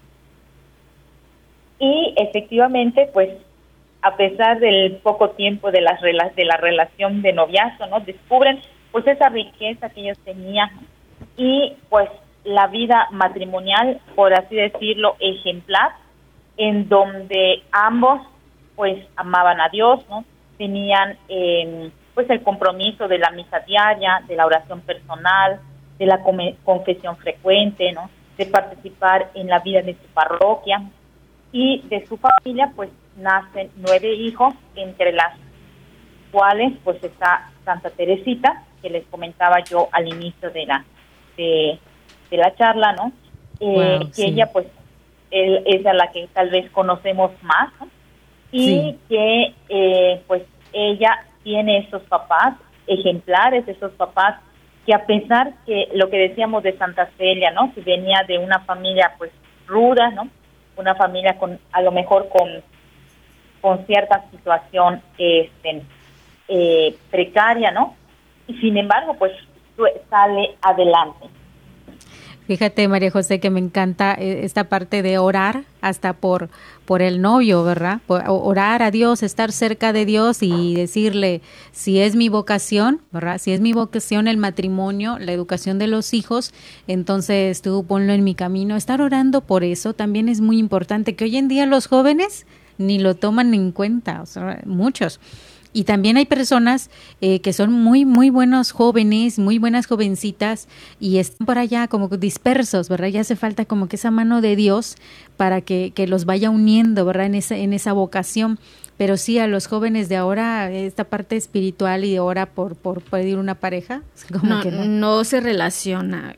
Y efectivamente, pues a pesar del poco tiempo de, las, de la relación de noviazgo, ¿no? Descubren pues esa riqueza que ellos tenían y pues la vida matrimonial, por así decirlo, ejemplar, en donde ambos pues amaban a Dios, ¿no? Tenían eh, pues el compromiso de la misa diaria, de la oración personal, de la com- confesión frecuente, ¿no? De participar en la vida de su parroquia, y de su familia pues nacen nueve hijos, entre las cuales pues está Santa Teresita, que les comentaba yo al inicio de la de, de la charla, ¿no? Eh, wow, que sí. ella pues él, es a la que tal vez conocemos más, ¿no? Y sí. que eh, pues ella tiene esos papás ejemplares, esos papás que a pesar que lo que decíamos de Santa Celia, ¿no? Que venía de una familia pues ruda, ¿no? Una familia con a lo mejor con con cierta situación este eh, precaria, ¿no? Y sin embargo, pues sale adelante. Fíjate, María José, que me encanta esta parte de orar hasta por por el novio, ¿verdad? Por orar a Dios, estar cerca de Dios y decirle, si es mi vocación, ¿verdad? Si es mi vocación el matrimonio, la educación de los hijos, entonces tú ponlo en mi camino. Estar orando por eso también es muy importante, que hoy en día los jóvenes ni lo toman en cuenta, o sea, muchos. Y también hay personas eh, que son muy, muy buenos jóvenes, muy buenas jovencitas y están por allá como dispersos, ¿verdad? Ya hace falta como que esa mano de Dios para que, que los vaya uniendo, ¿verdad? En esa, en esa vocación. Pero sí, a los jóvenes de ahora, esta parte espiritual y de ahora por, por pedir una pareja, como no, que no. No se relaciona.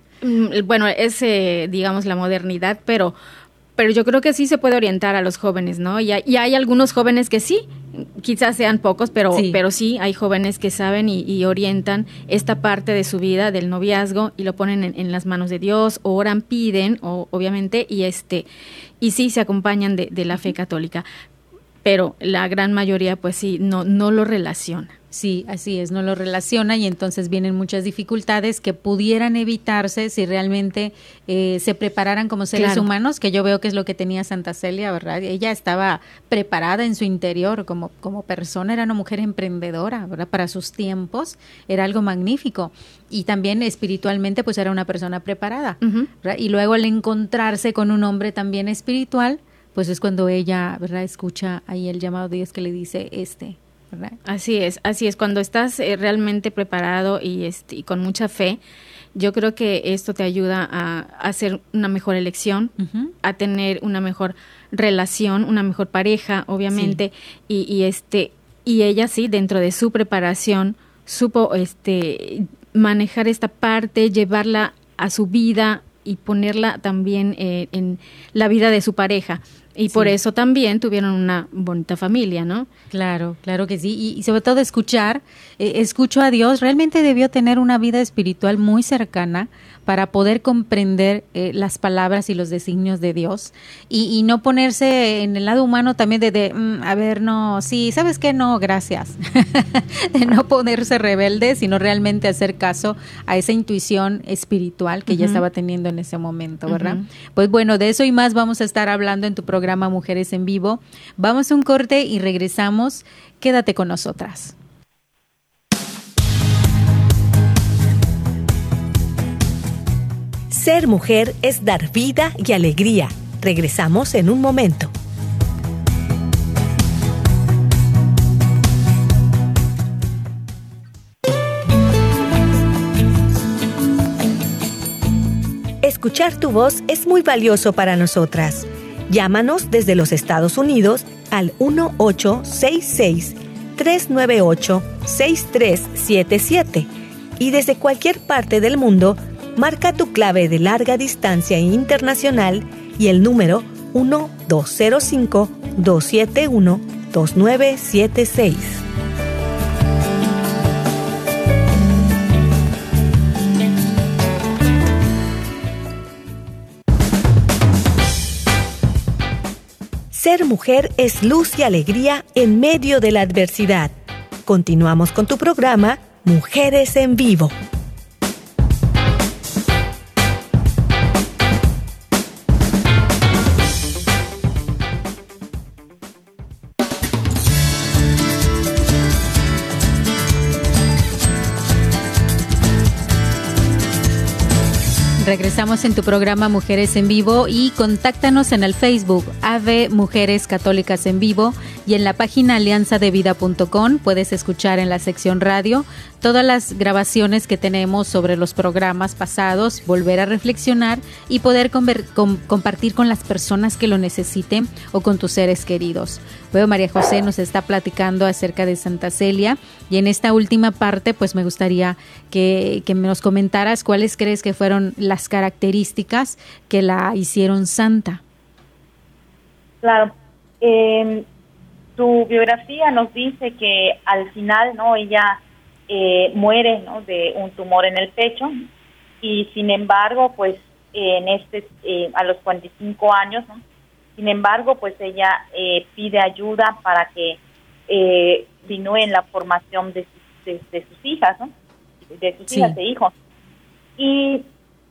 Bueno, es, eh, digamos, la modernidad, pero... Pero yo creo que sí se puede orientar a los jóvenes, ¿no? Y hay, y hay algunos jóvenes que sí, quizás sean pocos, pero sí, pero sí hay jóvenes que saben y, y orientan esta parte de su vida, del noviazgo, y lo ponen en, en las manos de Dios, oran, piden, o, obviamente, y este y sí se acompañan de, de la fe católica. Pero la gran mayoría, pues sí, no, no lo relaciona. Sí, así es, no lo relaciona y entonces vienen muchas dificultades que pudieran evitarse si realmente eh, se prepararan como seres claro. humanos, que yo veo que es lo que tenía Santa Celia, ¿verdad? Ella estaba preparada en su interior como, como persona, era una mujer emprendedora, ¿verdad? Para sus tiempos era algo magnífico y también espiritualmente pues era una persona preparada, uh-huh. ¿verdad? Y luego al encontrarse con un hombre también espiritual, pues es cuando ella, ¿verdad? Escucha ahí el llamado de Dios que le dice este, ¿verdad? Así es, así es. Cuando estás eh, realmente preparado y, este, y con mucha fe, yo creo que esto te ayuda a, a hacer una mejor elección, uh-huh. a tener una mejor relación, una mejor pareja, obviamente, sí. y, y este y ella sí, dentro de su preparación, supo este manejar esta parte, llevarla a su vida y ponerla también eh, en la vida de su pareja. Y sí. por eso también tuvieron una bonita familia, ¿no? Claro, claro que sí. Y, y sobre todo escuchar, eh, escucho a Dios, realmente debió tener una vida espiritual muy cercana para poder comprender eh, las palabras y los designios de Dios y, y no ponerse en el lado humano también de, de mm, a ver, no, sí, ¿sabes qué? No, gracias. De no ponerse rebelde, sino realmente hacer caso a esa intuición espiritual que uh-huh. ella estaba teniendo en ese momento, ¿verdad? Uh-huh. Pues bueno, de eso y más vamos a estar hablando en tu programa Mujeres en Vivo. Vamos a un corte y regresamos. Quédate con nosotras. Ser mujer es dar vida y alegría. Regresamos en un momento. Escuchar tu voz es muy valioso para nosotras. Llámanos desde los Estados Unidos al uno ocho seis seis, tres nueve ocho, seis tres siete siete y desde cualquier parte del mundo marca tu clave de larga distancia internacional y el número uno dos cero cinco, dos siete uno, dos nueve siete seis. Ser mujer es luz y alegría en medio de la adversidad. Continuamos con tu programa Mujeres en Vivo. Regresamos en tu programa Mujeres en Vivo y contáctanos en el Facebook A V Mujeres Católicas en Vivo y en la página alianza de vida punto com puedes escuchar en la sección radio todas las grabaciones que tenemos sobre los programas pasados, volver a reflexionar y poder conver- com- compartir con las personas que lo necesiten o con tus seres queridos. Bueno, María José nos está platicando acerca de Santa Celia y en esta última parte pues me gustaría que, que nos comentaras cuáles crees que fueron las características que la hicieron santa. Claro, eh, su biografía nos dice que al final, ¿no? Ella eh, muere, ¿no? De un tumor en el pecho y sin embargo, pues eh, en este eh, a los cuarenta y cinco años, ¿no? Sin embargo, pues ella eh, pide ayuda para que eh, continúe en la formación de, de, de sus hijas, ¿no? De sus sí. hijas e hijos. Y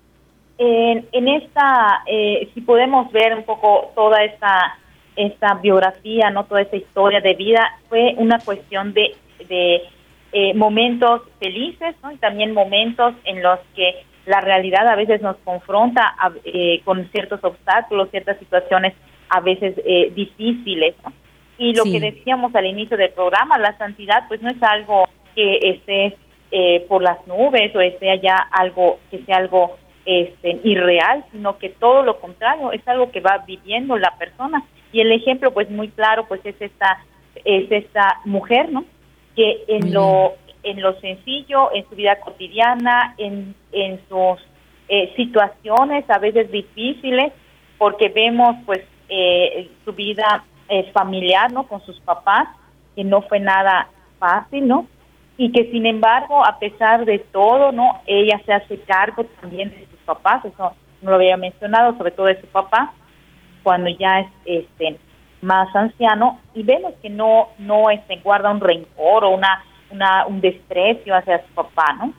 en, en esta, eh, si podemos ver un poco toda esta esta biografía, no toda esta historia de vida, fue una cuestión de, de eh, momentos felices, ¿no? Y también momentos en los que la realidad a veces nos confronta a, eh, con ciertos obstáculos, ciertas situaciones a veces eh, difíciles, ¿no? Y lo sí. que decíamos al inicio del programa, la santidad pues no es algo que esté eh, por las nubes o esté ya algo que sea algo este, irreal, sino que todo lo contrario, es algo que va viviendo la persona. Y el ejemplo pues muy claro pues es esta es esta mujer, ¿no? Que en muy lo bien. en lo sencillo, en su vida cotidiana, en en sus eh, situaciones a veces difíciles, porque vemos pues eh, su vida eh, familiar, ¿no? Con sus papás, que no fue nada fácil, ¿no? Y que sin embargo, a pesar de todo, ¿no? Ella se hace cargo también de sus papás, eso no lo había mencionado, sobre todo de su papá, cuando ya es este más anciano, y vemos que no no este guarda un rencor o una una un desprecio hacia su papá, ¿no?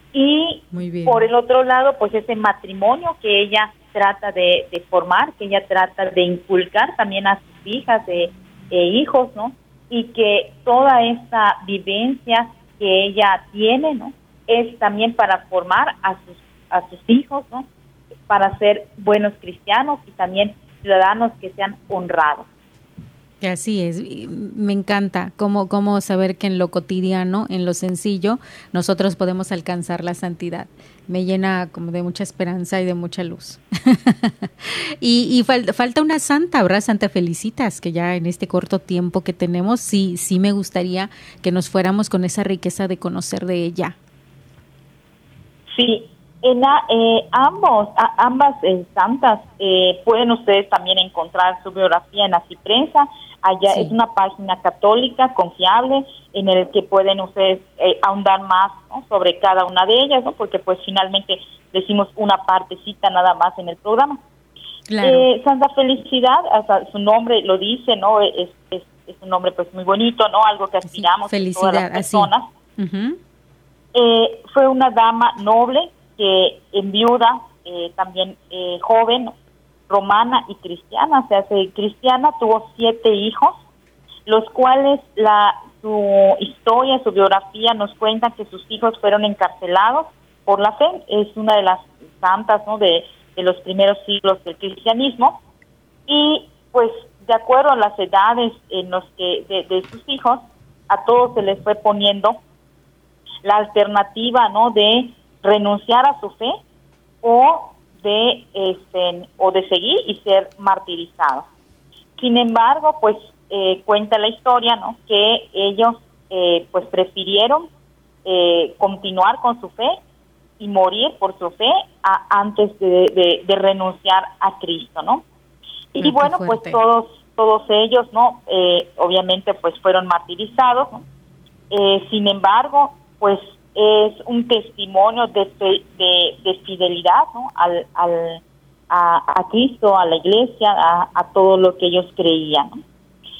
Y por el otro lado, pues ese matrimonio que ella trata de, de formar, que ella trata de inculcar también a sus hijas e eh, hijos, ¿no? Y que toda esta vivencia que ella tiene, ¿no? Es también para formar a sus a sus hijos, ¿no? Para ser buenos cristianos y también ciudadanos que sean honrados. Así es, me encanta cómo, cómo saber que en lo cotidiano, en lo sencillo, nosotros podemos alcanzar la santidad. Me llena como de mucha esperanza y de mucha luz. y y fal, falta una santa, ¿verdad? Santa Felicitas, que ya en este corto tiempo que tenemos, sí, sí me gustaría que nos fuéramos con esa riqueza de conocer de ella. Sí, En a, eh, ambos, a, ambas eh, santas eh, pueden ustedes también encontrar su biografía en Así Prensa. Allá sí. Es una página católica confiable en el que pueden ustedes eh, ahondar más, ¿no?, sobre cada una de ellas, ¿no?, porque pues finalmente decimos una partecita nada más en el programa. Claro. Eh, Santa Felicidad, hasta su nombre lo dice, ¿no? Es, es, es un nombre pues muy bonito, ¿no? Algo que aspiramos sí, todas las personas. Uh-huh. Eh, fue una dama noble que enviuda, eh, también eh, joven, romana y cristiana, se hace cristiana, tuvo siete hijos, los cuales la su historia, su biografía nos cuenta que sus hijos fueron encarcelados por la fe. Es una de las santas, ¿no?, de, de los primeros siglos del cristianismo, y pues de acuerdo a las edades en los que de, de sus hijos, a todos se les fue poniendo la alternativa, ¿no?, de renunciar a su fe o de este o de seguir y ser martirizados. Sin embargo, pues eh, cuenta la historia, ¿no?, que ellos eh, pues prefirieron eh, continuar con su fe y morir por su fe a, antes de, de, de renunciar a Cristo, ¿no? Y, y bueno, pues todos todos ellos, ¿no?, eh, obviamente pues fueron martirizados, ¿no? Eh, sin embargo, pues es un testimonio de, de, de fidelidad, ¿no?, al, al, a, a Cristo, a la Iglesia, a, a todo lo que ellos creían, ¿no?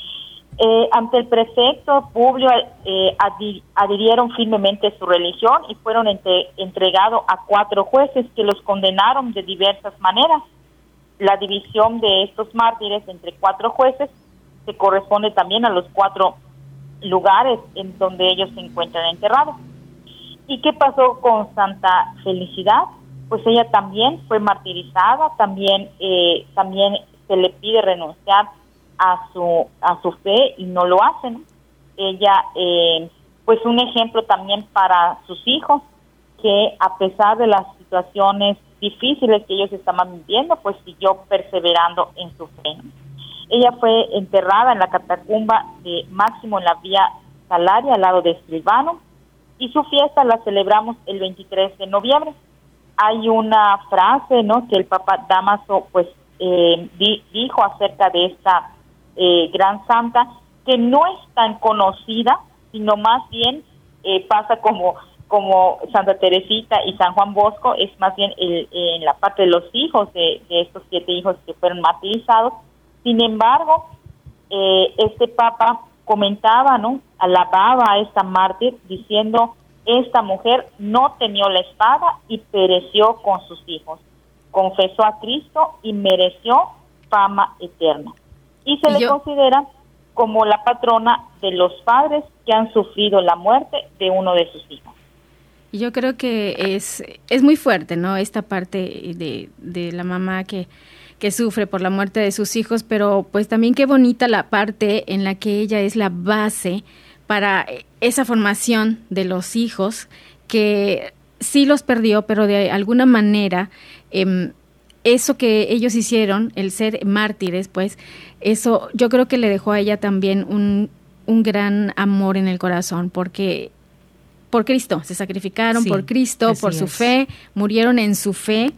Eh, ante el prefecto Publio eh, adir, adhirieron firmemente a su religión y fueron entre, entregados a cuatro jueces que los condenaron de diversas maneras. La división de estos mártires entre cuatro jueces se corresponde también a los cuatro lugares en donde ellos se encuentran enterrados. ¿Y qué pasó con Santa Felicidad? Pues ella también fue martirizada, también eh, también se le pide renunciar a su a su fe y no lo hace, ¿no? Ella, eh, pues un ejemplo también para sus hijos, que a pesar de las situaciones difíciles que ellos estaban viviendo, pues siguió perseverando en su fe, ¿no? Ella fue enterrada en la catacumba de Máximo en la Vía Salaria, al lado de Escribano, y su fiesta la celebramos el veintitrés de noviembre. Hay una frase, ¿no?, que el Papa Dámaso pues eh, di, dijo acerca de esta eh, gran santa, que no es tan conocida, sino más bien eh, pasa como como Santa Teresita y San Juan Bosco, es más bien el, en la parte de los hijos de, de estos siete hijos que fueron martirizados. Sin embargo, eh, este Papa comentaba, ¿no?, alababa a esta mártir diciendo: esta mujer no temió la espada y pereció con sus hijos, confesó a Cristo y mereció fama eterna. Y se ¿Y le yo? considera como la patrona de los padres que han sufrido la muerte de uno de sus hijos. Yo creo que es es muy fuerte, ¿no?, esta parte de, de la mamá que que sufre por la muerte de sus hijos, pero pues también qué bonita la parte en la que ella es la base para esa formación de los hijos, que sí los perdió, pero de alguna manera eh, eso que ellos hicieron, el ser mártires, pues eso yo creo que le dejó a ella también un, un gran amor en el corazón, porque por Cristo, se sacrificaron sí, por Cristo, por su es. fe, murieron en su fe.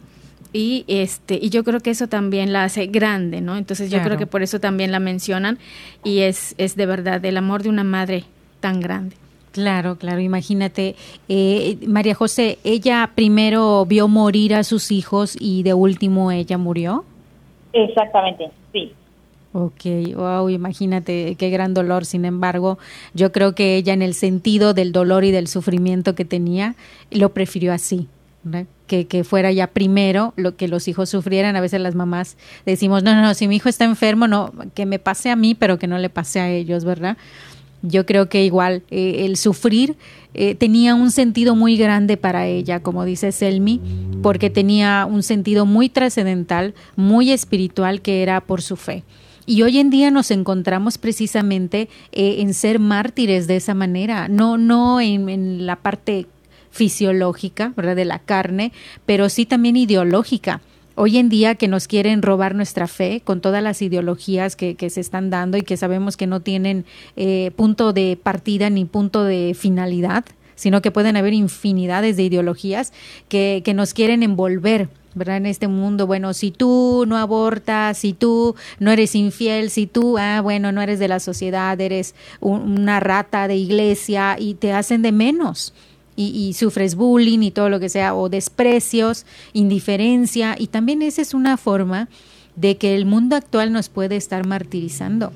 Y este y yo creo que eso también la hace grande, ¿no? Entonces yo claro. creo que por eso también la mencionan, y es es de verdad el amor de una madre tan grande. Claro, claro, imagínate, eh, María José, ¿ella primero vio morir a sus hijos y de último ella murió? Exactamente, sí. Ok, wow, imagínate qué gran dolor. Sin embargo, yo creo que ella, en el sentido del dolor y del sufrimiento que tenía, lo prefirió así, ¿no? Que, que fuera ya primero lo que los hijos sufrieran. A veces las mamás decimos, no, no, no, si mi hijo está enfermo, no, que me pase a mí, pero que no le pase a ellos, ¿verdad? Yo creo que igual eh, el sufrir eh, tenía un sentido muy grande para ella, como dice Selmi, porque tenía un sentido muy trascendental, muy espiritual, que era por su fe. Y hoy en día nos encontramos precisamente eh, en ser mártires de esa manera, no, no en, en la parte fisiológica, ¿verdad?, de la carne, pero sí también ideológica. Hoy en día, que nos quieren robar nuestra fe con todas las ideologías que, que se están dando y que sabemos que no tienen eh, punto de partida ni punto de finalidad, sino que pueden haber infinidades de ideologías que, que nos quieren envolver, ¿verdad? En este mundo, bueno, si tú no abortas, si tú no eres infiel, si tú, ah, bueno, no eres de la sociedad, eres un, una rata de iglesia, y te hacen de menos. Y, y sufres bullying y todo lo que sea, o desprecios, indiferencia, y también esa es una forma de que el mundo actual nos puede estar martirizando.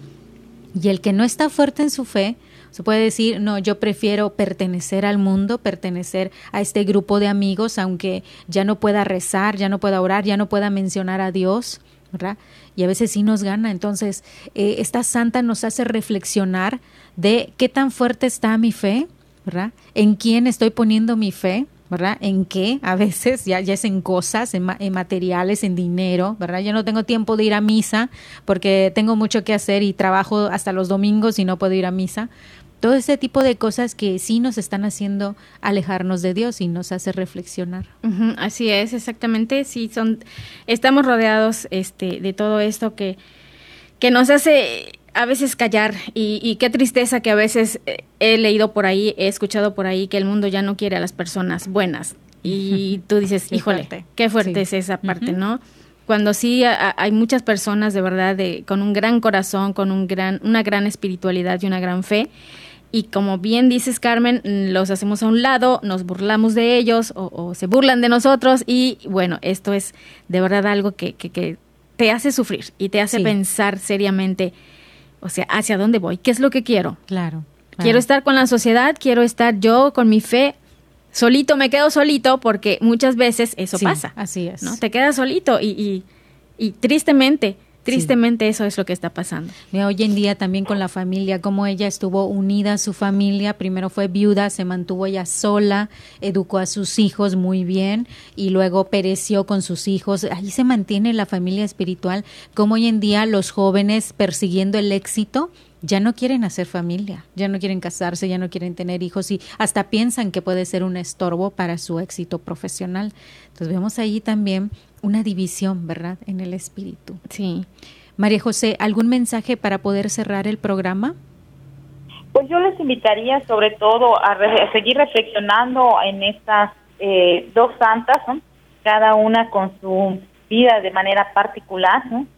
Y el que no está fuerte en su fe, se puede decir, no, yo prefiero pertenecer al mundo, pertenecer a este grupo de amigos, aunque ya no pueda rezar, ya no pueda orar, ya no pueda mencionar a Dios, ¿verdad? Y a veces sí nos gana. Entonces, eh, esta santa nos hace reflexionar de qué tan fuerte está mi fe, ¿verdad? ¿En quién estoy poniendo mi fe? ¿Verdad? ¿En qué? A veces ya, ya es en cosas, en, ma- en materiales, en dinero, ¿verdad? Yo no tengo tiempo de ir a misa porque tengo mucho que hacer y trabajo hasta los domingos y no puedo ir a misa. Todo ese tipo de cosas que sí nos están haciendo alejarnos de Dios y nos hace reflexionar. Uh-huh, así es, exactamente. Sí, son, estamos rodeados este, de todo esto que, que nos hace a veces callar, y, y qué tristeza que a veces he leído por ahí, he escuchado por ahí que el mundo ya no quiere a las personas buenas, y tú dices, híjole, fuerte. Qué fuerte sí. es esa parte, uh-huh. ¿no? Cuando sí a, hay muchas personas de verdad de, con un gran corazón, con un gran, una gran espiritualidad y una gran fe, y como bien dices, Carmen, los hacemos a un lado, nos burlamos de ellos o, o se burlan de nosotros, y bueno, esto es de verdad algo que, que, que te hace sufrir y te hace sí. pensar seriamente, o sea, ¿hacia dónde voy? ¿Qué es lo que quiero? Claro, claro. Quiero estar con la sociedad, quiero estar yo con mi fe, solito, me quedo solito, porque muchas veces eso sí, pasa. Así es. ¿No? Te quedas solito y, y, y tristemente, tristemente sí. eso es lo que está pasando. Mira, hoy en día también con la familia, como ella estuvo unida a su familia, primero fue viuda, se mantuvo ella sola, educó a sus hijos muy bien y luego pereció con sus hijos. Ahí se mantiene la familia espiritual, como hoy en día los jóvenes persiguiendo el éxito ya no quieren hacer familia, ya no quieren casarse, ya no quieren tener hijos y hasta piensan que puede ser un estorbo para su éxito profesional. Entonces vemos ahí también una división, ¿verdad?, en el espíritu. Sí. María José, ¿algún mensaje para poder cerrar el programa? Pues yo les invitaría sobre todo a, re- a seguir reflexionando en estas eh, dos santas, ¿no? Cada una con su vida de manera particular, ¿no?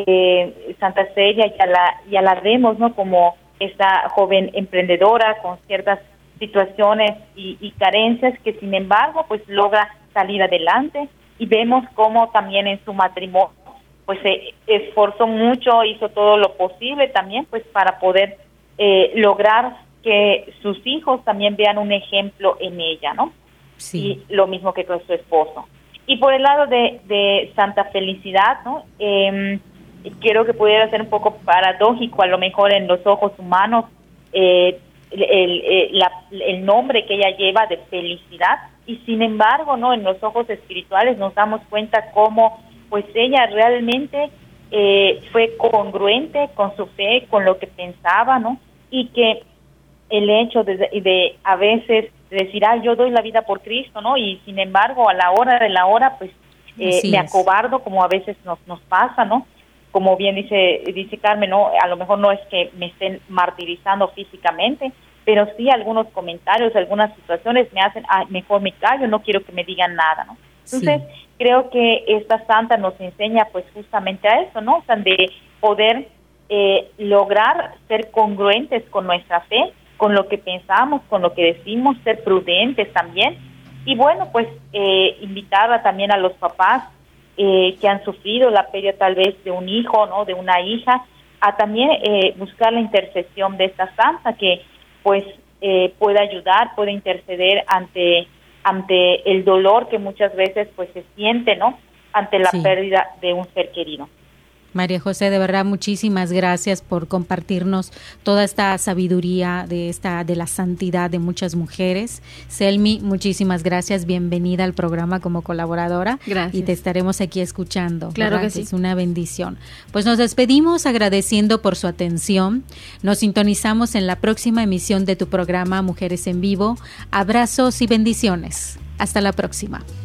Eh, Santa Celia ya la, ya la vemos, ¿no?, como esta joven emprendedora con ciertas situaciones y, y carencias que sin embargo pues logra salir adelante, y vemos cómo también en su matrimonio pues se esforzó mucho, hizo todo lo posible también pues para poder eh, lograr que sus hijos también vean un ejemplo en ella, ¿no? Sí. Y lo mismo que con su esposo. Y por el lado de, de Santa Felicidad, ¿no? Eh, creo que pudiera ser un poco paradójico a lo mejor en los ojos humanos eh, el, el, la, el nombre que ella lleva de felicidad, y sin embargo, ¿no?, en los ojos espirituales nos damos cuenta cómo pues ella realmente eh, fue congruente con su fe, con lo que pensaba, ¿no? Y que el hecho de, de a veces decir, ah, yo doy la vida por Cristo, ¿no? Y sin embargo, a la hora de la hora, pues eh, me acobardo, como a veces nos nos pasa, ¿no? Como bien dice dice Carmen, no, a lo mejor no es que me estén martirizando físicamente, pero sí algunos comentarios, algunas situaciones me hacen, ah, mejor me callo, no quiero que me digan nada, ¿no? Entonces, sí. creo que esta santa nos enseña pues justamente a eso, ¿no? O sea, de poder eh, lograr ser congruentes con nuestra fe, con lo que pensamos, con lo que decimos, ser prudentes también. Y bueno, pues eh, invitarla también a los papás eh, que han sufrido la pérdida tal vez de un hijo, ¿no?, de una hija, a también eh, buscar la intercesión de esta santa que pues eh, puede ayudar, puede interceder ante ante el dolor que muchas veces pues se siente, ¿no?, ante la sí. pérdida de un ser querido. María José, de verdad, muchísimas gracias por compartirnos toda esta sabiduría de esta de la santidad de muchas mujeres. Selmi, muchísimas gracias, bienvenida al programa como colaboradora. Gracias. Y te estaremos aquí escuchando. Claro ¿verdad? que sí. Es una bendición. Pues nos despedimos agradeciendo por su atención. Nos sintonizamos en la próxima emisión de tu programa Mujeres en Vivo. Abrazos y bendiciones. Hasta la próxima.